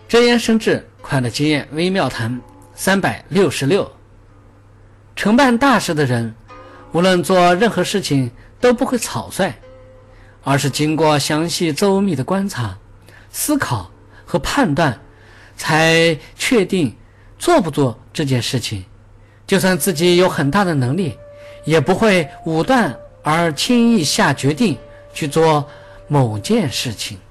真言生智，快乐经验微妙谈366。承办大事的人，无论做任何事情都不会草率，而是经过详细周密的观察、思考和判断，才确定做不做这件事情。就算自己有很大的能力，也不会武断而轻易下决定去做某件事情。